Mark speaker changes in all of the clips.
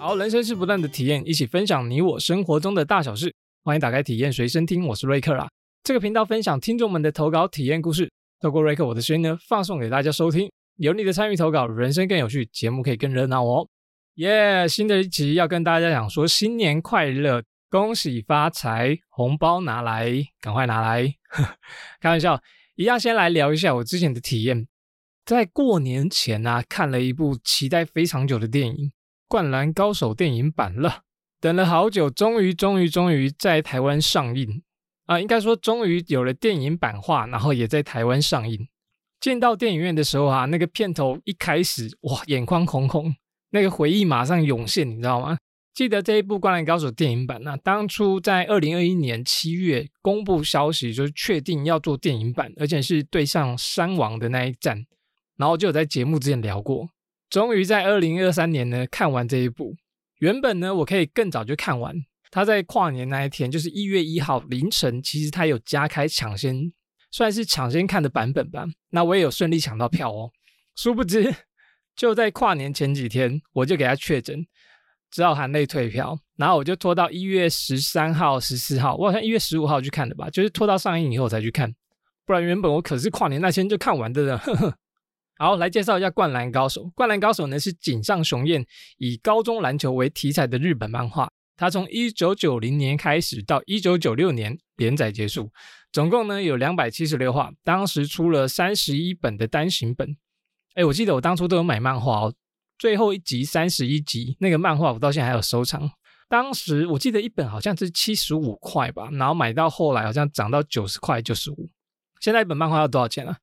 Speaker 1: 好，人生是不断的体验，一起分享你我生活中的大小事。欢迎打开体验随身听，我是瑞克啦。这个频道分享听众们的投稿体验故事，透过瑞克我的声音呢，放送给大家收听。有你的参与投稿，人生更有趣，节目可以更热闹哦。耶、新的一集要跟大家讲说新年快乐，恭喜发财，红包拿来，赶快拿来。开玩笑，一样先来聊一下我之前的体验。在过年前啊，看了一部期待非常久的电影《灌篮高手》电影版了，等了好久，终于在台湾上映应该说终于有了电影版化，然后也在台湾上映。进到电影院的时候啊，那个片头一开始，哇，眼眶红红，那个回忆马上涌现，你知道吗？记得这一部《灌篮高手》电影版当初在2021年7月公布消息，就是确定要做电影版，而且是对上山王的那一战，然后就有在节目之前聊过。终于在2023年呢看完这一部。原本呢我可以更早就看完，他在跨年那一天，就是1月1号凌晨，其实他有加开抢先，算是抢先看的版本吧。那我也有顺利抢到票哦。殊不知就在跨年前几天，我就给他确诊，只好含泪退票，然后我就拖到1月13号、14号，我好像1月15号去看的吧，就是拖到上映以后才去看，不然原本我可是跨年那天就看完的了。呵呵。好，来介绍一下《灌篮高手》。《灌篮高手》呢是井上雄彦以高中篮球为题材的日本漫画，它从1990年开始到1996年连载结束，总共呢有276话，当时出了31本的单行本。我记得我当初都有买漫画哦，最后一集31集那个漫画我到现在还有收藏。当时我记得一本好像是75块吧，然后买到后来好像涨到90块95。现在一本漫画要多少钱啊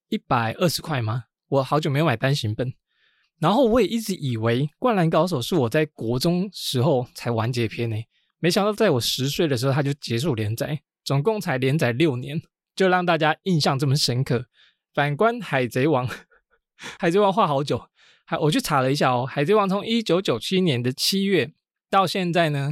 Speaker 1: ？120块吗？我好久没有买单行本。然后我也一直以为《灌篮高手》是我在国中时候才完结篇呢，没想到在我10岁的时候它就结束连载，总共才连载6年，就让大家印象这么深刻。反观《海贼王》，海贼王画好久，我去查了一下哦，海贼王从1997年的7月到现在呢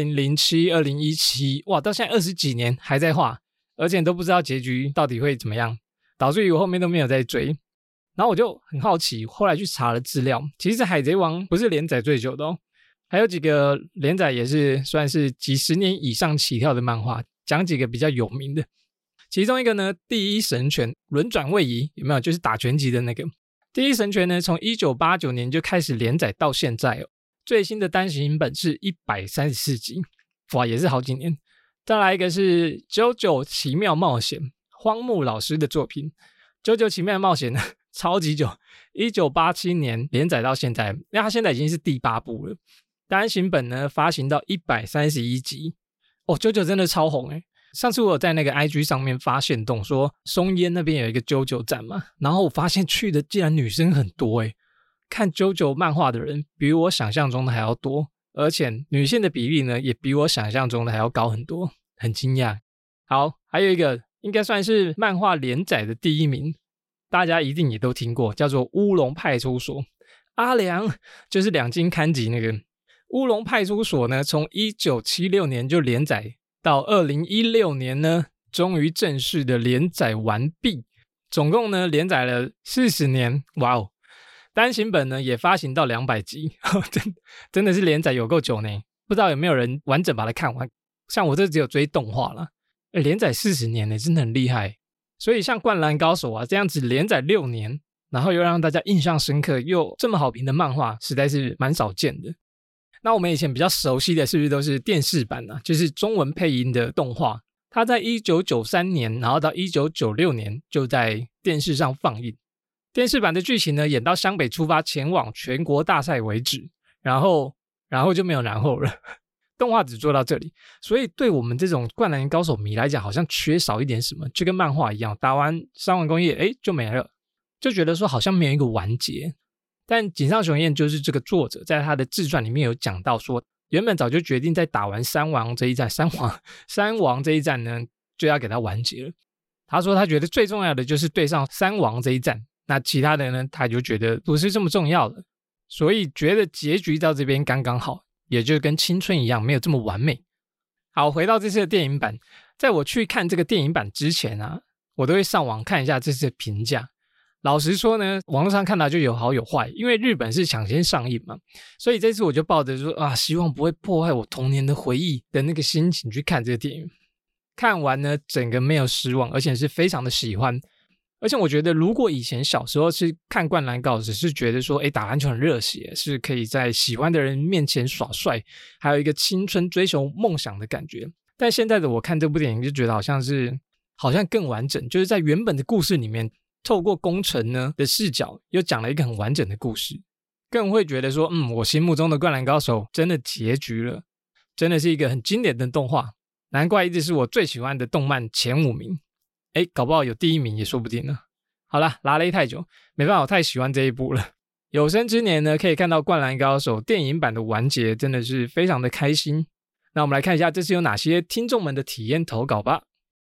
Speaker 1: 2007、2017，哇，到现在20几年还在画，而且都不知道结局到底会怎么样，导致于我后面都没有在追。然后我就很好奇，后来去查了资料，其实海贼王不是连载最久的哦，还有几个连载也是算是几十年以上起跳的漫画，讲几个比较有名的。其中一个呢，第一神拳轮转位移，有没有？就是打拳击的那个。第一神拳呢，从1989年就开始连载到现在哦，最新的单行本是134集，哇，也是好几年。再来一个是JoJo奇妙冒险，荒木老师的作品。JoJo奇妙冒险呢超级久，1987年连载到现在，因为它现在已经是第8部了。单行本呢发行到131集。哦 JoJo 真的超红。上次我有在那个 IG 上面发限动说松烟那边有一个 JoJo 站嘛，然后我发现去的竟然女生很多。看 JoJo 漫画的人比我想象中的还要多，而且女性的比例呢也比我想象中的还要高很多，很惊讶。好，还有一个应该算是漫画连载的第1名，大家一定也都听过，叫做乌龙派出所。阿良就是两金刊集那个乌龙派出所呢，从1976年就连载到2016年呢，终于正式的连载完毕，总共呢连载了40年，哇哦！单行本呢也发行到200集，真的是连载有够久呢，不知道有没有人完整把它看完，像我这只有追动画啦。连载40年呢，真的很厉害。所以像灌篮高手啊这样子连载6年，然后又让大家印象深刻又这么好评的漫画，实在是蛮少见的。那我们以前比较熟悉的是不是都是电视版啊，就是中文配音的动画，它在1993年然后到1996年就在电视上放映。电视版的剧情呢演到湘北出发前往全国大赛为止，然后就没有然后了。动画只做到这里，所以对我们这种灌篮高手迷来讲好像缺少一点什么，就跟漫画一样，打完三完工业就没了，就觉得说好像没有一个完结。但井上雄彦就是这个作者，在他的自传里面有讲到说，原本早就决定在打完三王这一战呢就要给他完结了。他说他觉得最重要的就是对上三王这一战，那其他的呢他就觉得不是这么重要的，所以觉得结局到这边刚刚好，也就跟青春一样没有这么完美。好，回到这次的电影版，在我去看这个电影版之前啊，我都会上网看一下这次的评价， 老实说呢，网络上看到就有好有坏，因为日本是抢先上映嘛，所以这次我就抱着说希望不会破坏我童年的回忆的那个心情去看这个电影。看完呢，整个没有失望，而且是非常的喜欢。而且我觉得，如果以前小时候是看灌篮高手，是觉得说打篮球很热血，是可以在喜欢的人面前耍帅，还有一个青春追求梦想的感觉。但现在的我看这部电影就觉得好像更完整，就是在原本的故事里面，透过宫城呢的视角，又讲了一个很完整的故事，更会觉得说，我心目中的灌篮高手真的结局了，真的是一个很经典的动画，难怪一直是我最喜欢的动漫前5名。搞不好有第1名也说不定呢。好啦，拉勒太久，没办法，我太喜欢这一部了。有生之年呢，可以看到《灌篮高手》电影版的完结，真的是非常的开心。那我们来看一下这次有哪些听众们的体验投稿吧。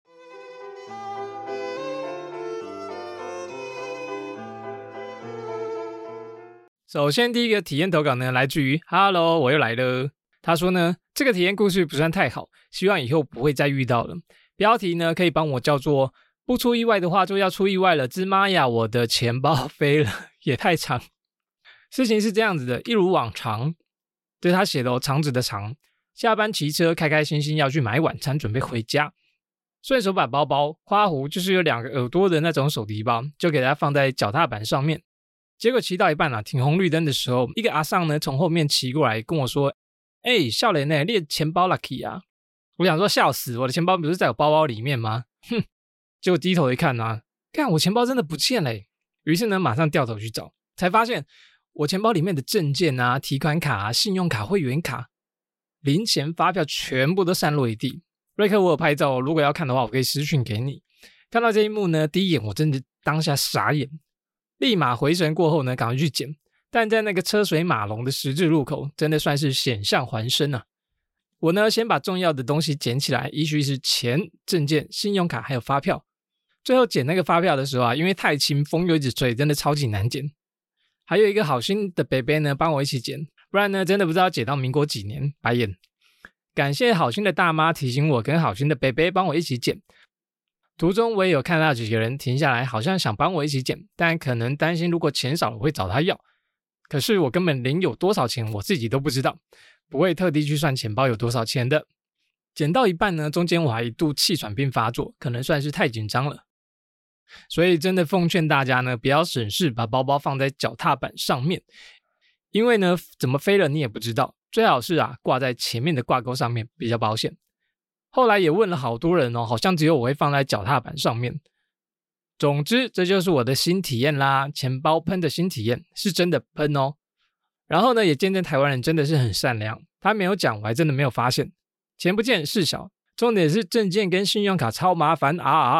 Speaker 1: 首先第一个体验投稿呢，来自于 Hello 我又来了。他说呢，这个体验故事不算太好，希望以后不会再遇到了。标题呢，可以帮我叫做不出意外的话就要出意外了，芝麻呀，我的钱包飞了，也太长。事情是这样子的，一如往常，这是他写的肠子的肠。下班骑车开开心心要去买晚餐，准备回家，顺手把包包花弧就是有2个耳朵的那种手提包，就给它放在脚踏板上面。结果骑到一半停红绿灯的时候，一个阿桑呢从后面骑过来跟我说，少年呢，你的钱包 lucky 啊。我想说笑死，我的钱包不是在我包包里面吗？结果低头一看看我钱包真的不见了。于是呢马上掉头去找，才发现我钱包里面的证件提款卡信用卡、会员卡、零钱、发票全部都散落一地。瑞克我有拍照，如果要看的话我可以私讯给你。看到这一幕呢，第一眼我真的当下傻眼，立马回神过后呢赶快去捡，但在那个车水马龙的十字路口，真的算是险象环生啊。我呢先把重要的东西捡起来，依序是钱、证件、信用卡还有发票。最后捡那个发票的时候因为太轻，风又一直吹，真的超级难捡。还有一个好心的伯伯呢帮我一起捡，不然呢真的不知道捡到民国几年，白眼。感谢好心的大妈提醒我跟好心的伯伯帮我一起捡。途中我也有看到几个人停下来，好像想帮我一起捡，但可能担心如果钱少了会找他要。可是我根本连有多少钱我自己都不知道，不会特地去算钱包有多少钱的。捡到一半呢，中间我还一度气喘病发作，可能算是太紧张了。所以真的奉劝大家呢，不要省事把包包放在脚踏板上面，因为呢怎么飞了你也不知道，最好是挂在前面的挂钩上面比较保险。后来也问了好多人好像只有我会放在脚踏板上面。总之这就是我的新体验啦，钱包喷的新体验，是真的喷哦。然后呢也见证台湾人真的是很善良，他没有讲我还真的没有发现。钱不见事小，重点是证件跟信用卡超麻烦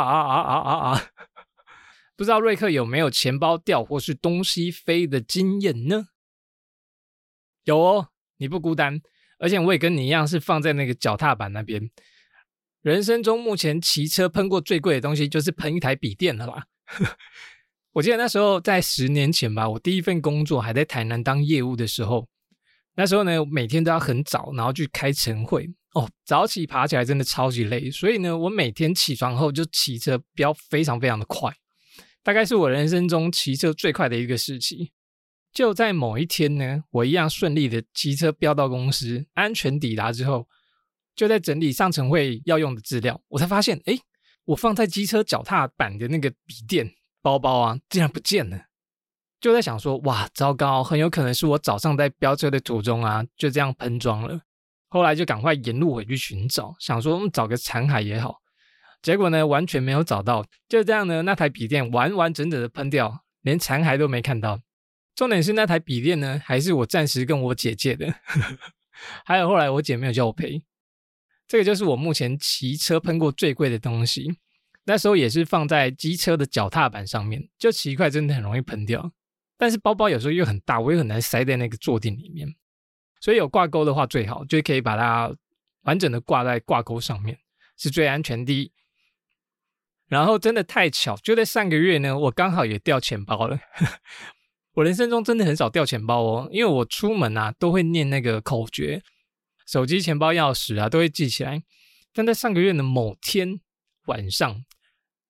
Speaker 1: 不知道瑞克有没有钱包掉或是东西飞的经验呢？有哦，你不孤单，而且我也跟你一样是放在那个脚踏板那边。人生中目前骑车喷过最贵的东西就是喷一台笔电了啦。我记得那时候在10年前吧，我第一份工作还在台南当业务的时候，那时候呢每天都要很早，然后去开晨会早起爬起来真的超级累，所以呢我每天起床后就骑车飙非常非常的快，大概是我人生中骑车最快的一个时期。就在某一天呢，我一样顺利的骑车飙到公司，安全抵达之后，就在整理上晨会要用的资料，我才发现我放在机车脚踏板的那个笔电包包竟然不见了。就在想说哇糟糕，很有可能是我早上在飙车的途中就这样喷装了。后来就赶快沿路回去寻找，想说找个残骸也好，结果呢完全没有找到。就这样呢，那台笔电完完整整的喷掉，连残骸都没看到。重点是那台笔电呢还是我暂时跟我姐借的还有后来我姐没有叫我赔。这个就是我目前骑车喷过最贵的东西，那时候也是放在机车的脚踏板上面，就骑快真的很容易喷掉。但是包包有时候又很大，我又很难塞在那个坐垫里面，所以有挂钩的话最好，就可以把它完整的挂在挂钩上面，是最安全的。然后真的太巧，就在上个月呢，我刚好也掉钱包了我人生中真的很少掉钱包哦，因为我出门都会念那个口诀，手机、钱包、钥匙都会记起来。但在上个月的某天晚上，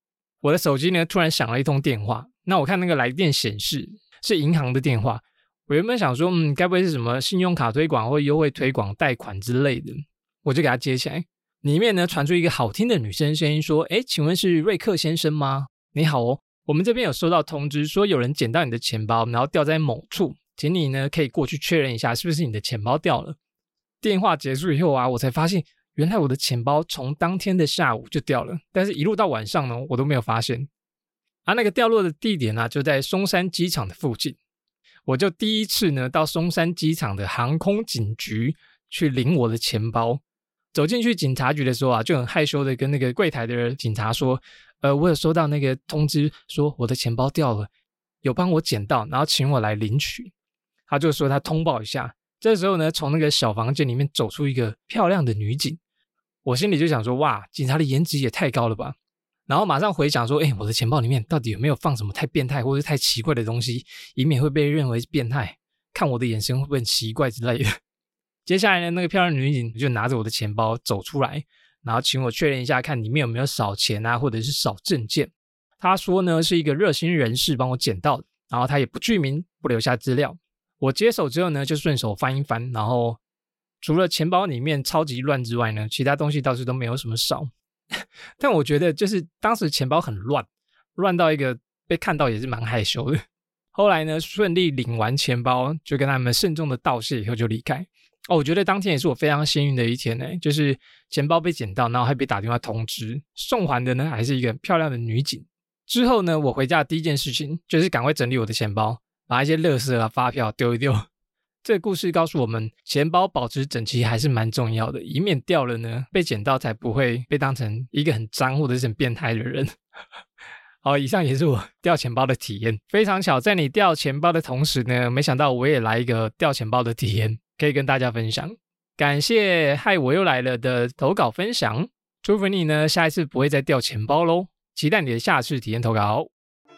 Speaker 1: 我的手机呢突然响了一通电话，那我看那个来电显示是银行的电话，我原本想说该不会是什么信用卡推广或优惠推广贷款之类的，我就给他接起来。里面呢传出一个好听的女生声音说，请问是瑞克先生吗？你好哦，我们这边有收到通知说有人捡到你的钱包，然后掉在某处，请你呢可以过去确认一下是不是你的钱包掉了。电话结束以后啊，我才发现原来我的钱包从当天的下午就掉了，但是一路到晚上呢我都没有发现。那个掉落的地点就在松山机场的附近。我就第一次呢到松山机场的航空警局去领我的钱包。走进去警察局的时候就很害羞的跟那个柜台的警察说，我有收到那个通知说我的钱包掉了，有帮我捡到，然后请我来领取。他就说他通报一下。这时候呢，从那个小房间里面走出一个漂亮的女警，我心里就想说，哇，警察的颜值也太高了吧。然后马上回想说，我的钱包里面到底有没有放什么太变态或者太奇怪的东西，以免会被认为是变态，看我的眼神会不会很奇怪之类的。接下来呢，那个漂亮女警就拿着我的钱包走出来，然后请我确认一下看里面有没有少钱或者是少证件。她说呢是一个热心人士帮我捡到的，然后她也不具名，不留下资料。我接手之后呢就顺手翻一翻，然后除了钱包里面超级乱之外呢，其他东西倒是都没有什么少。但我觉得就是当时钱包很乱，乱到一个被看到也是蛮害羞的。后来呢顺利领完钱包，就跟他们慎重的道谢以后就离开。我觉得当天也是我非常幸运的一天就是钱包被捡到，然后还被打电话通知，送还的呢还是一个漂亮的女警。之后呢我回家的第一件事情就是赶快整理我的钱包，把一些垃圾发票丢一丢。这个故事告诉我们，钱包保持整齐还是蛮重要的，以免掉了呢被捡到才不会被当成一个很脏或者是很变态的人。好，以上也是我掉钱包的体验。非常巧，在你掉钱包的同时呢，没想到我也来一个掉钱包的体验，可以跟大家分享。感谢害我又来了的投稿分享，祝福你呢下一次不会再掉钱包咯，期待你的下次体验投稿。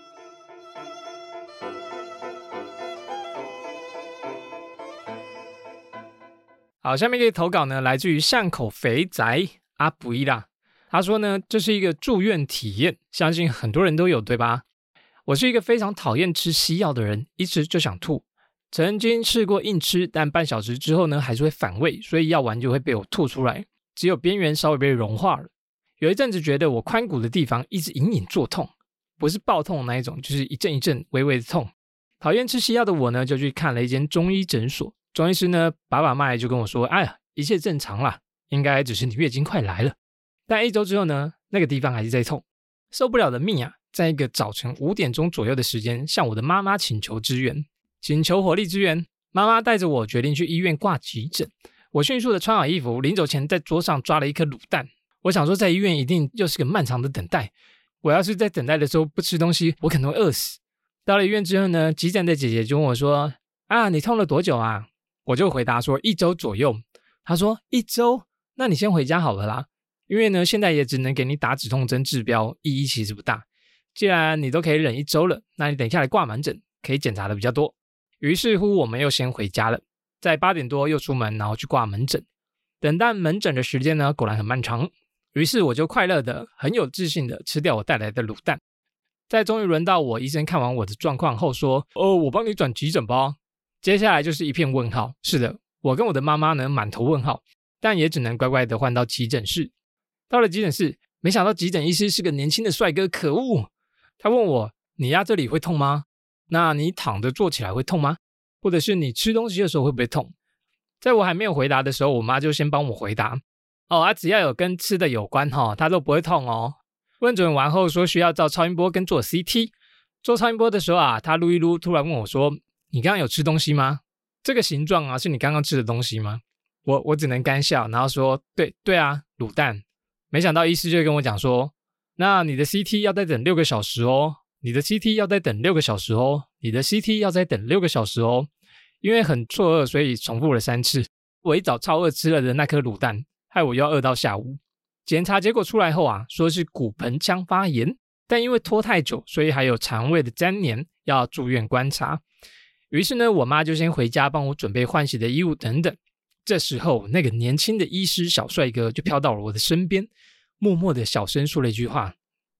Speaker 1: 好，下面一个投稿呢来自于巷口肥宅阿布伊拉。他说呢，这是一个住院体验，相信很多人都有，对吧？我是一个非常讨厌吃西药的人，一吃就想吐。曾经试过硬吃，但半小时之后呢还是会反胃，所以药丸就会被我吐出来，只有边缘稍微被融化了。有一阵子觉得我髋骨的地方一直隐隐作痛，不是爆痛的那一种，就是一阵一阵微微的痛。讨厌吃西药的我呢，就去看了一间中医诊所。中医师呢把把脉就跟我说，哎呀，一切正常啦，应该只是你月经快来了。但1周之后呢，那个地方还是在痛。受不了的命在一个早晨5点钟左右的时间，向我的妈妈请求支援，请求火力支援。妈妈带着我决定去医院挂急诊。我迅速的穿好衣服，临走前在桌上抓了一颗卤蛋。我想说在医院一定又是个漫长的等待，我要是在等待的时候不吃东西，我可能会饿死。到了医院之后呢，急诊的姐姐就问我说，你痛了多久啊？我就回答说1周左右。她说1周？那你先回家好了啦，因为呢现在也只能给你打止痛针治标，意义其实不大。既然你都可以忍1周了，那你等一下来挂门诊，可以检查的比较多。于是乎我们又先回家了，在8点多又出门，然后去挂门诊。等待门诊的时间呢果然很漫长，于是我就快乐的很有自信的吃掉我带来的卤蛋。在终于轮到我，医生看完我的状况后说，我帮你转急诊吧。接下来就是一片问号。是的，我跟我的妈妈呢满头问号，但也只能乖乖的换到急诊室。到了急诊室，没想到急诊医师是个年轻的帅哥，可恶！他问我，你压这里会痛吗？那你躺着坐起来会痛吗？或者是你吃东西的时候会不会痛？在我还没有回答的时候，我妈就先帮我回答。只要有跟吃的有关她都不会痛哦。问准完后说需要照超音波跟做 CT。做超音波的时候她撸一撸，突然问我说，你刚刚有吃东西吗？这个形状是你刚刚吃的东西吗？我只能干笑，然后说对啊，卤蛋。没想到医师就跟我讲说，那你的 CT 要再等6个小时哦，你的 CT 要再等6个小时哦，你的 CT 要再等6个小时哦。因为很错愕，所以重复了3次。我一早超饿吃了的那颗卤蛋，害我又要饿到下午。检查结果出来后说是骨盆腔发炎，但因为拖太久，所以还有肠胃的粘连，要住院观察。于是呢，我妈就先回家帮我准备换洗的衣物等等。这时候那个年轻的医师小帅哥就飘到了我的身边，默默的小声说了一句话，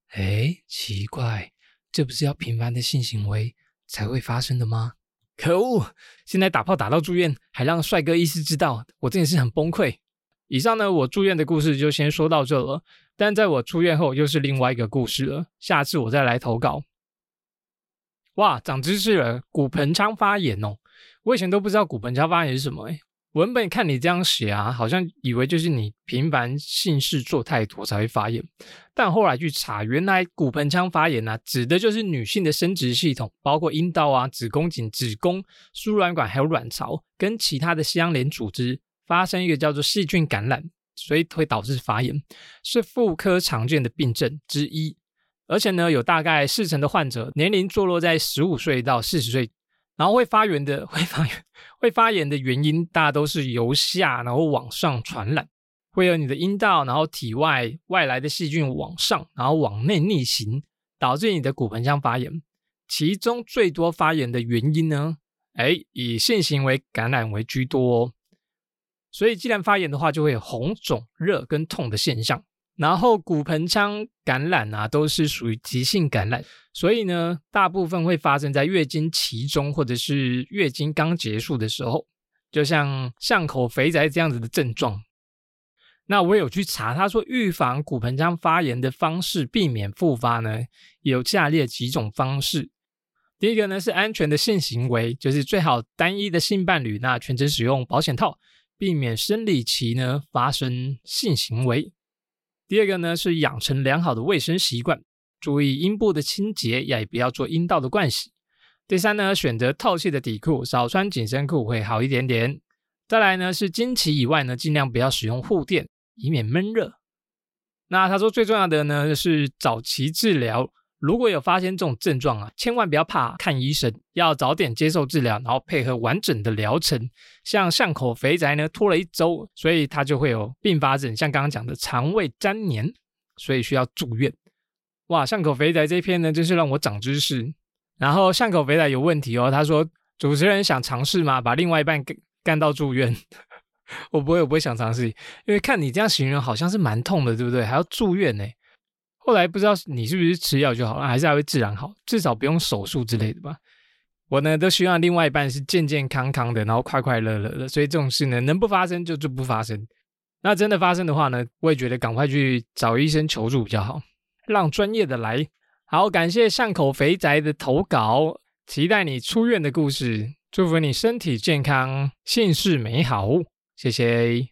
Speaker 1: 奇怪，这不是要频繁的性行为才会发生的吗？可恶，现在打炮打到住院，还让帅哥医师知道，我真的是很崩溃。以上呢，我住院的故事就先说到这了，但在我出院后又是另外一个故事了，下次我再来投稿。哇，长知识了，骨盆腔发炎哦，我以前都不知道骨盆腔发炎是什么诶。文本看你这样写啊，好像以为就是你频繁性事做太多才会发炎，但后来去查，原来骨盆腔发炎啊，指的就是女性的生殖系统，包括阴道啊、子宫颈、子宫、输卵管还有卵巢跟其他的相连组织发生一个叫做细菌感染，所以会导致发炎，是妇科常见的病症之一。而且呢，有大概40%的患者年龄坐落在15岁到40岁，然后会发炎的原因，大家都是由下然后往上传染，会有你的阴道，然后体外来的细菌往上，然后往内逆行，导致你的骨盆腔发炎。其中最多发炎的原因呢，以性行为感染为居多哦。所以既然发炎的话，就会有红肿、热跟痛的现象。然后骨盆腔感染啊，都是属于急性感染，所以呢，大部分会发生在月经期中或者是月经刚结束的时候，就像巷口肥宅这样子的症状。那我有去查，他说预防骨盆腔发炎的方式，避免复发呢，有下列几种方式。第一个呢是安全的性行为，就是最好单一的性伴侣，那全程使用保险套，避免生理期呢发生性行为。第二个呢是养成良好的卫生习惯，注意阴部的清洁，也不要做阴道的盥洗。第三呢，选择透气的底裤，少穿紧身裤会好一点点。再来呢是经期以外呢，尽量不要使用护垫，以免闷热。那他说最重要的呢是早期治疗，如果有发现这种症状啊，千万不要怕看医生，要早点接受治疗，然后配合完整的疗程。像巷口肥宅呢拖了1周，所以他就会有并发症，像刚刚讲的肠胃粘连，所以需要住院。哇，巷口肥宅这篇呢真是让我长知识。然后巷口肥宅有问题哦，他说主持人想尝试吗？把另外一半干到住院。我不会想尝试，因为看你这样形容好像是蛮痛的，对不对？还要住院呢。后来不知道你是不是吃药就好了，还是还会自然好，至少不用手术之类的吧。我呢都希望另外一半是健健康康的，然后快快乐乐的，所以这种事呢能不发生就不发生。那真的发生的话呢，我也觉得赶快去找医生求助比较好，让专业的来。好，感谢巷口肥宅的投稿，期待你出院的故事，祝福你身体健康，性事美好，谢谢。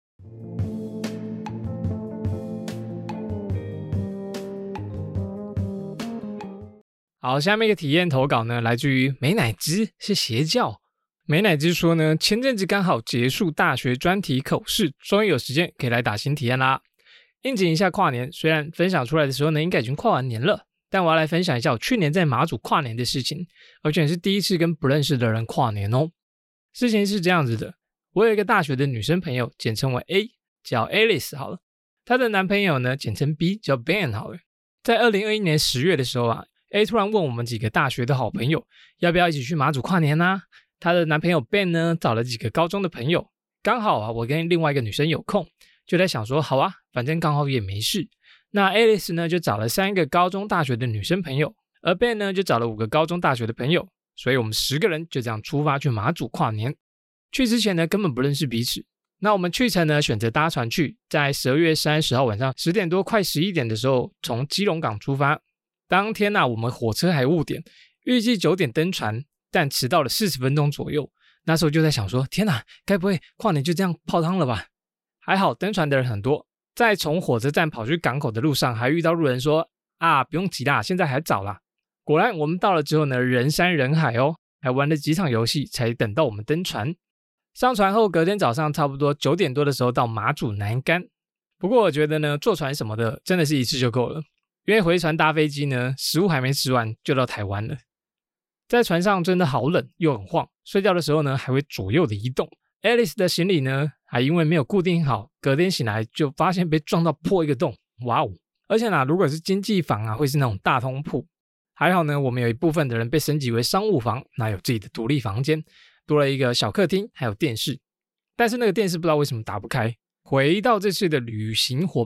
Speaker 1: 好，下面一个体验投稿呢，来自于美乃滋，是邪教。美乃滋说呢，前阵子刚好结束大学专题口试，终于有时间可以来打新体验啦。应景一下跨年，虽然分享出来的时候呢，应该已经跨完年了，但我要来分享一下我去年在马祖跨年的事情，而且是第一次跟不认识的人跨年哦。事情是这样子的，我有一个大学的女生朋友，简称为 A， 叫 Alice 好了。她的男朋友呢，简称 B， 叫 Ben 好了。在2021年10月的时候啊，A 突然问我们几个大学的好朋友，要不要一起去马祖跨年啊？她的男朋友 Ben 呢，找了几个高中的朋友，刚好啊，我跟另外一个女生有空，就在想说，好啊，反正刚好也没事。那 Alice 呢，就找了3个高中大学的女生朋友，而 Ben 呢，就找了5个高中大学的朋友，所以我们10个人就这样出发去马祖跨年。去之前呢，根本不认识彼此。那我们去程呢，选择搭船去，在12月30号晚上10点多快11点的时候，从基隆港出发。当天啊，我们火车还误点，预计9点登船，但迟到了40分钟左右。那时候就在想说，天哪，该不会跨年就这样泡汤了吧？还好登船的人很多，在从火车站跑去港口的路上，还遇到路人说啊，不用急啦，现在还早啦。果然我们到了之后呢，人山人海哦，还玩了几场游戏才等到我们登船。上船后隔天早上差不多9点多的时候到马祖南竿。不过我觉得呢，坐船什么的真的是一次就够了，因为回船搭飞机呢，食物还没吃完就到台湾了。在船上真的好冷又很晃，睡觉的时候呢还会左右的移动。Alice 的行李呢还因为没有固定好，隔天醒来就发现被撞到破一个洞，哇哦！而且呢，如果是经济房啊，会是那种大通铺。还好呢，我们有一部分的人被升级为商务房，那有自己的独立房间，多了一个小客厅还有电视，但是那个电视不知道为什么打不开。回到这次的旅行伙伴，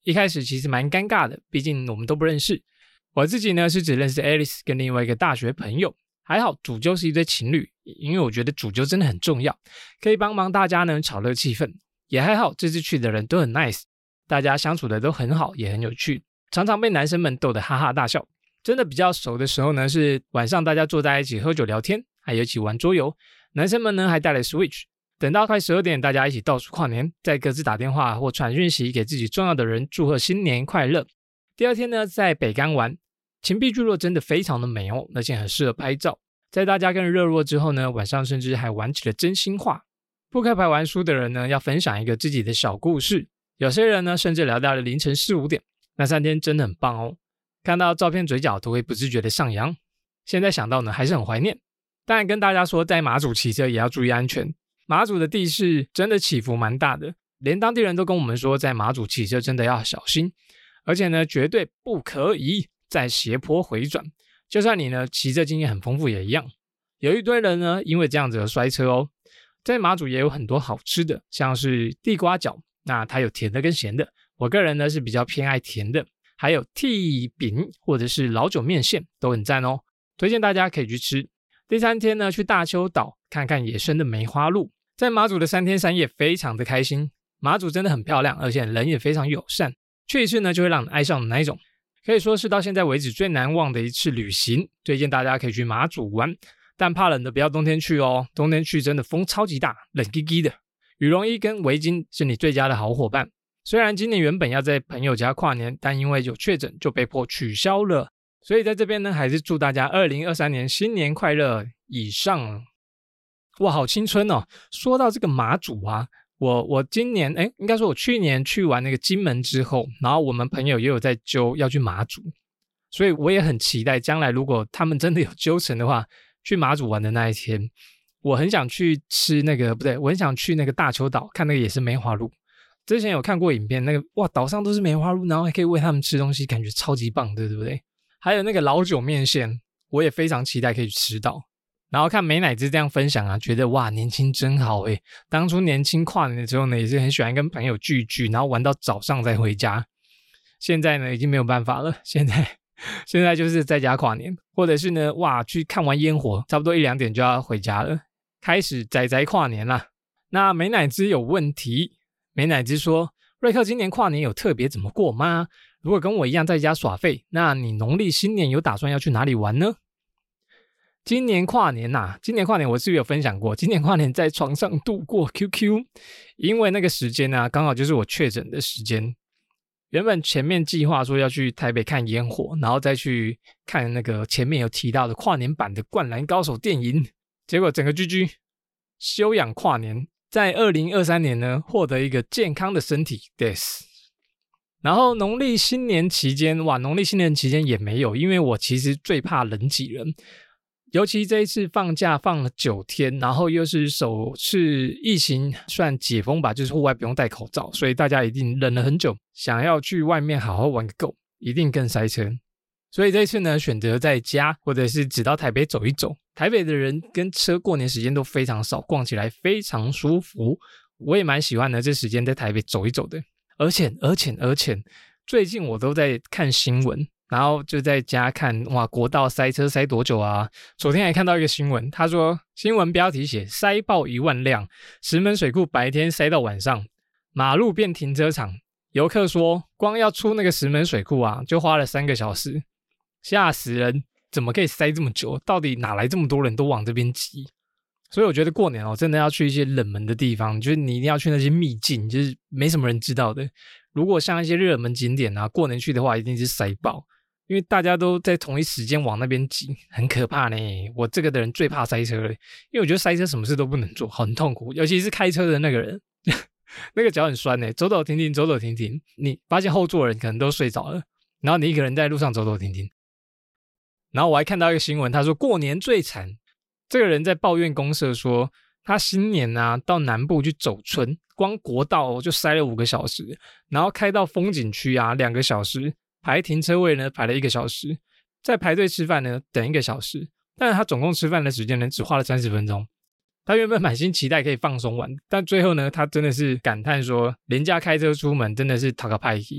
Speaker 1: 一开始其实蛮尴尬的，毕竟我们都不认识。我自己呢是只认识 Alice 跟另外一个大学朋友，还好主揪是一对情侣，因为我觉得主揪真的很重要，可以帮忙大家呢炒热气氛。也还好这次去的人都很 nice， 大家相处的都很好，也很有趣，常常被男生们逗得哈哈大笑。真的比较熟的时候呢，是晚上大家坐在一起喝酒聊天，还有一起玩桌游，男生们呢还带了 Switch。等到快12点，大家一起倒数跨年，再各自打电话或传讯息给自己重要的人，祝贺新年快乐。第二天呢，在北竿玩，芹壁聚落真的非常的美哦，而且很适合拍照。在大家更热络之后呢，晚上甚至还玩起了真心话。扑克牌玩输的人呢，要分享一个自己的小故事。有些人呢，甚至聊到了凌晨4、5点。那3天真的很棒哦，看到照片嘴角都会不自觉的上扬。现在想到呢，还是很怀念。当然跟大家说，在马祖骑车也要注意安全。马祖的地势真的起伏蛮大的，连当地人都跟我们说，在马祖骑车真的要小心，而且呢，绝对不可以在斜坡回转，就算你呢骑车经验很丰富也一样。有一堆人呢，因为这样子而摔车哦。在马祖也有很多好吃的，像是地瓜饺，那它有甜的跟咸的，我个人呢是比较偏爱甜的，还有屉饼或者是老酒面线都很赞哦，推荐大家可以去吃。第3天呢，去大丘岛看看野生的梅花鹿。在马祖的3天3夜非常的开心，马祖真的很漂亮，而且人也非常友善，去一次呢就会让你爱上的那一种，可以说是到现在为止最难忘的一次旅行，推荐大家可以去马祖玩，但怕冷的不要冬天去哦，冬天去真的风超级大，冷叽叽的，羽绒衣跟围巾是你最佳的好伙伴。虽然今年原本要在朋友家跨年，但因为有确诊就被迫取消了，所以在这边呢还是祝大家2023年新年快乐。以上。哇，好青春哦！说到这个马祖啊，我今年应该说我去年去完那个金门之后，然后我们朋友也有在揪要去马祖，所以我也很期待将来如果他们真的有揪成的话，去马祖玩的那一天，我很想去吃那个，不对，我很想去那个大丘岛看那个野生梅花鹿。之前有看过影片，那个哇，岛上都是梅花鹿，然后还可以喂他们吃东西，感觉超级棒，对不对？还有那个老酒面线，我也非常期待可以吃到。然后看美乃滋这样分享啊，觉得哇，年轻真好诶。当初年轻跨年的时候呢，也是很喜欢跟朋友聚一聚，然后玩到早上再回家。现在呢，已经没有办法了，现在就是在家跨年，或者是呢，哇，去看完烟火，差不多1、2点就要回家了，开始宅跨年啦。那美乃滋有问题，美乃滋说，瑞克今年跨年有特别怎么过吗？如果跟我一样在家耍废，那你农历新年有打算要去哪里玩呢？今年跨年我是不是有分享过？今年跨年在床上度过 QQ， 因为那个时间啊，刚好就是我确诊的时间。原本前面计划说要去台北看烟火，然后再去看那个前面有提到的跨年版的《灌篮高手》电影，结果整个 GG 休养跨年，在2023年呢获得一个健康的身体 Death。然后农历新年期间也没有，因为我其实最怕人挤人。尤其这一次放假放了9天，然后又是首次疫情算解封吧，就是户外不用戴口罩，所以大家一定忍了很久，想要去外面好好玩个够，一定更塞车。所以这一次呢，选择在家或者是只到台北走一走。台北的人跟车过年时间都非常少，逛起来非常舒服。我也蛮喜欢的这时间在台北走一走的。而且最近我都在看新闻，然后就在家看，哇，国道塞车塞多久啊？昨天还看到一个新闻，他说新闻标题写塞爆1万辆，石门水库白天塞到晚上，马路变停车场。游客说光要出那个石门水库啊，就花了3个小时，吓死人！怎么可以塞这么久？到底哪来这么多人都往这边挤？所以我觉得过年真的要去一些冷门的地方，就是你一定要去那些秘境，就是没什么人知道的。如果像一些热门景点啊，过年去的话一定是塞爆，因为大家都在同一时间往那边挤，很可怕呢。我这个的人最怕塞车了，因为我觉得塞车什么事都不能做，很痛苦，尤其是开车的那个人那个脚很酸呢，走走停停，你发现后座的人可能都睡着了，然后你一个人在路上走走停停。然后我还看到一个新闻，他说过年最惨，这个人在抱怨公社说他新年啊到南部去走村，光国道就塞了5个小时，然后开到风景区啊2个小时，排停车位呢排了1个小时，再排队吃饭呢等1个小时，但是他总共吃饭的时间呢只花了30分钟。他原本满心期待可以放松玩，但最后呢他真的是感叹说廉价开车出门真的是讨个派气。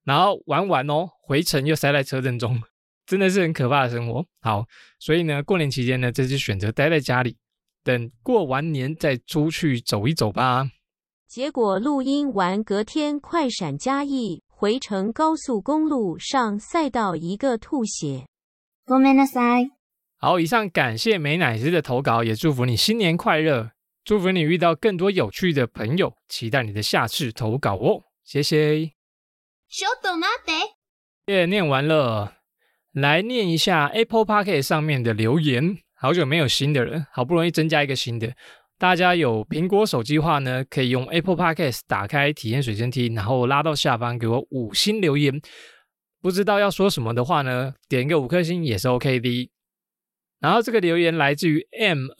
Speaker 1: 然后玩完回程又塞在车阵中，真的是很可怕的生活。好，所以呢，过年期间呢，这次选择待在家里，等过完年再出去走一走吧。
Speaker 2: 结果录音完隔天快闪嘉义，回程高速公路上赛道一个吐血。
Speaker 3: ごめんなさい。
Speaker 1: 好，以上感谢美乃滋的投稿，也祝福你新年快乐，祝福你遇到更多有趣的朋友，期待你的下次投稿哦，谢谢。
Speaker 3: ちょっと待って。
Speaker 1: 念完了，来念一下 Apple Podcast 上面的留言。好久没有新的人，好不容易增加一个新的。大家有苹果手机话呢，可以用 Apple Podcast 打开体验随身听，然后拉到下方给我5星留言。不知道要说什么的话呢，点个5颗星也是 OK 的。然后这个留言来自于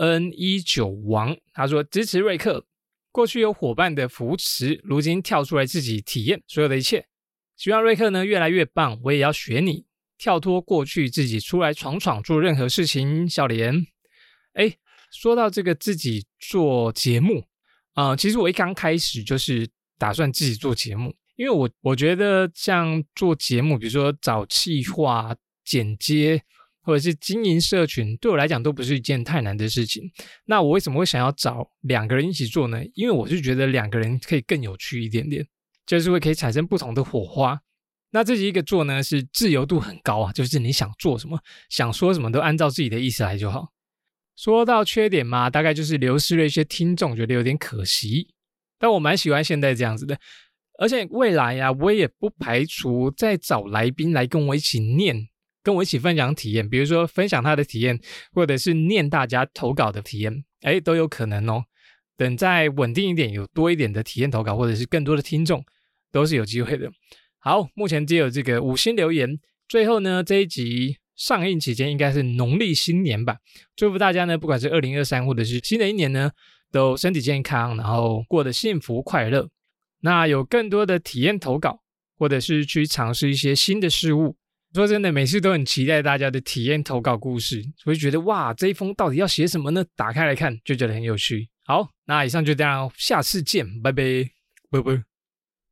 Speaker 1: MN19 王，他说支持瑞克，过去有伙伴的扶持，如今跳出来自己体验所有的一切，希望瑞克呢越来越棒，我也要学你，跳脱过去自己出来闯闯做任何事情，笑脸。说到这个自己做节目其实我一刚开始就是打算自己做节目，因为我觉得像做节目，比如说找企划、剪接或者是经营社群，对我来讲都不是一件太难的事情。那我为什么会想要找2个人一起做呢？因为我是觉得2个人可以更有趣一点点，就是会可以产生不同的火花。那自己一个做呢，是自由度很高啊，就是你想做什么想说什么都按照自己的意思来就好。说到缺点嘛，大概就是流失了一些听众，觉得有点可惜，但我蛮喜欢现在这样子的。而且未来啊，我也不排除再找来宾来跟我一起念，跟我一起分享体验，比如说分享他的体验，或者是念大家投稿的体验，都有可能哦。等再稳定一点，有多一点的体验投稿，或者是更多的听众，都是有机会的。好，目前只有这个5星留言。最后呢，这一集上映期间应该是农历新年吧，祝福大家呢，不管是2023或者是新的一年呢，都身体健康，然后过得幸福快乐。那有更多的体验投稿，或者是去尝试一些新的事物。说真的，每次都很期待大家的体验投稿故事，所以觉得哇，这一封到底要写什么呢？打开来看就觉得很有趣。好，那以上就这样，下次见，拜拜，拜拜。